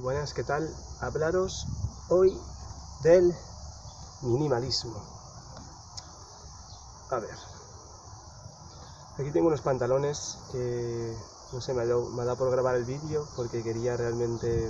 Buenas, ¿qué tal? Hablaros hoy del minimalismo. A ver, aquí tengo unos pantalones que, no sé, me ha dado por grabar el vídeo porque quería realmente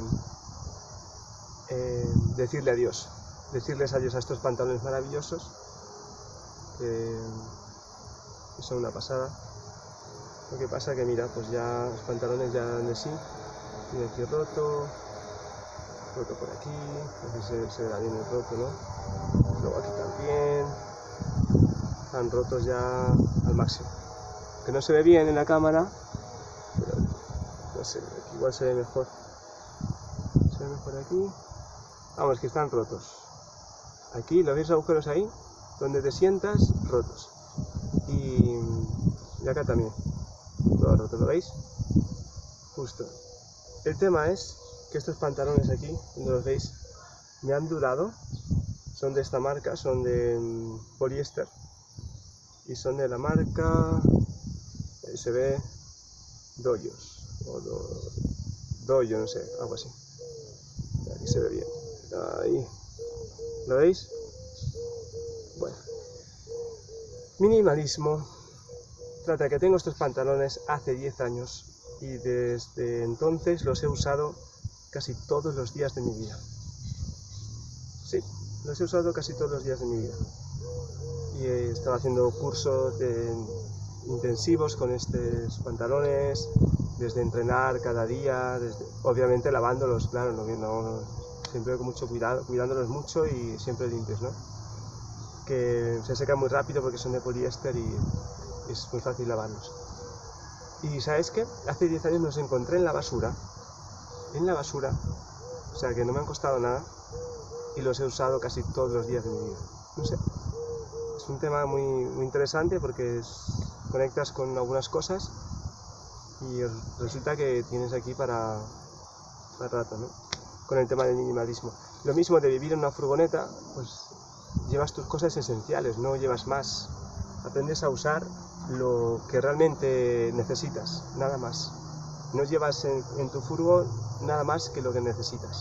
decirles adiós a estos pantalones maravillosos que son una pasada. Lo que pasa que mira, pues ya los pantalones ya dan de sí. Tiene aquí roto por aquí, así se verá bien el roto, ¿no? Luego aquí también, están rotos ya al máximo. Que no se ve bien en la cámara, pero no sé, aquí igual se ve mejor. Se ve mejor aquí. Vamos, que están rotos. Aquí, ¿lo veis, agujeros ahí? Donde te sientas, rotos. Y acá también, todo roto, ¿lo veis? Justo. El tema es que estos pantalones aquí, donde los veis, me han durado. Son de esta marca, son de poliéster y son de la marca, ahí se ve, Doyos o Doyo, no sé, algo así. Aquí se ve bien, ahí, ¿lo veis? Bueno, minimalismo. Trata de que tengo estos pantalones hace 10 años y desde entonces los he usado casi todos los días de mi vida. Sí, los he usado casi todos los días de mi vida. Y he estado haciendo cursos intensivos con estos pantalones, desde entrenar cada día, obviamente lavándolos, claro, siempre con mucho cuidado, cuidándolos mucho y siempre limpios, ¿no? Que se secan muy rápido porque son de poliéster y es muy fácil lavarlos. Y ¿sabes qué? Hace 10 años los encontré en la basura, o sea que no me han costado nada y los he usado casi todos los días de mi vida. No sé, es un tema muy interesante porque conectas con algunas cosas y resulta que tienes aquí para rato, ¿no? Con el tema del minimalismo. Lo mismo de vivir en una furgoneta, pues llevas tus cosas esenciales, no llevas más. Aprendes a usar lo que realmente necesitas, nada más. No llevas en tu furgo nada más que lo que necesitas.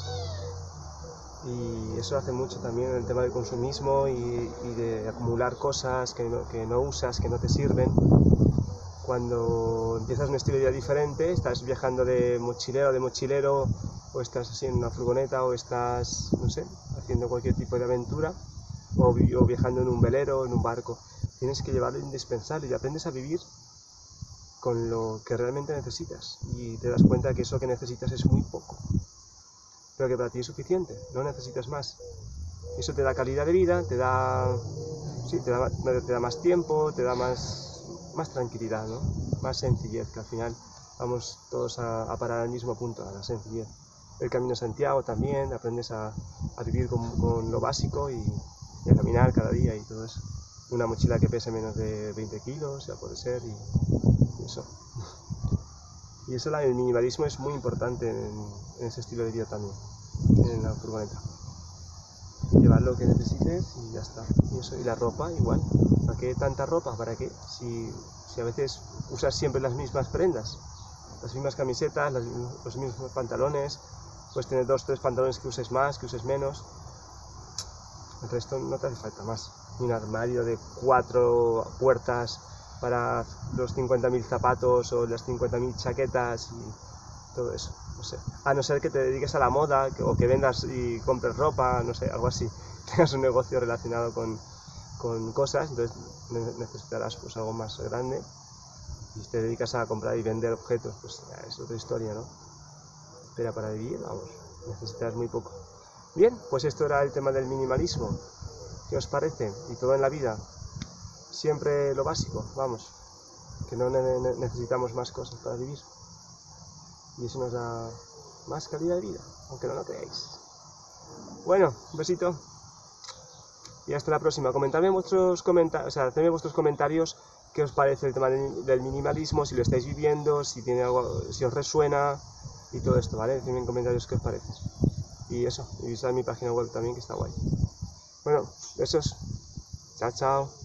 Y eso hace mucho también en el tema del consumismo y de acumular cosas que no usas, que no te sirven. Cuando empiezas un estilo de vida diferente, estás viajando de mochilero, o estás así en una furgoneta, o estás, no sé, haciendo cualquier tipo de aventura, o viajando en un velero, en un barco. Tienes que llevar lo indispensable y aprendes a vivir con lo que realmente necesitas. Y te das cuenta que eso que necesitas es muy poco, pero que para ti es suficiente, no necesitas más. Eso te da calidad de vida, te da más tiempo, te da más tranquilidad, ¿no? Más sencillez, que al final vamos todos a parar al mismo punto, a la sencillez. El Camino de Santiago también, aprendes a vivir con lo básico y a caminar cada día y todo eso. Una mochila que pese menos de 20 kilos, ya puede ser, y eso. Y eso, el minimalismo es muy importante en ese estilo de vida también, en la furgoneta. Llevar lo que necesites y ya está. Y eso, y la ropa igual. ¿Para qué tanta ropa? ¿Para qué? Si a veces usas siempre las mismas prendas, las mismas camisetas, los mismos pantalones, puedes tener 2 o 3 pantalones que uses más, que uses menos. El resto no te hace falta más. Ni un armario de 4 puertas para los 50.000 zapatos o las 50.000 chaquetas y todo eso, no sé. A no ser que te dediques a la moda o que vendas y compres ropa, no sé, algo así. Tengas un negocio relacionado con cosas, entonces necesitarás pues algo más grande. Y si te dedicas a comprar y vender objetos, pues ya es otra historia, ¿no? Pero para vivir, vamos, necesitas muy poco. Bien, pues esto era el tema del minimalismo. ¿Qué os parece? Y todo en la vida, siempre lo básico, vamos, que no necesitamos más cosas para vivir. Y eso nos da más calidad de vida, aunque no lo creáis. Bueno, un besito y hasta la próxima. Comentadme vuestros comentarios, o sea, hacedme vuestros comentarios qué os parece el tema del minimalismo, si lo estáis viviendo, si tiene algo, si os resuena y todo esto, ¿vale? Decidme en comentarios qué os parece. Y eso, y visitad mi página web también, que está guay. Bueno, besos. Chao, chao.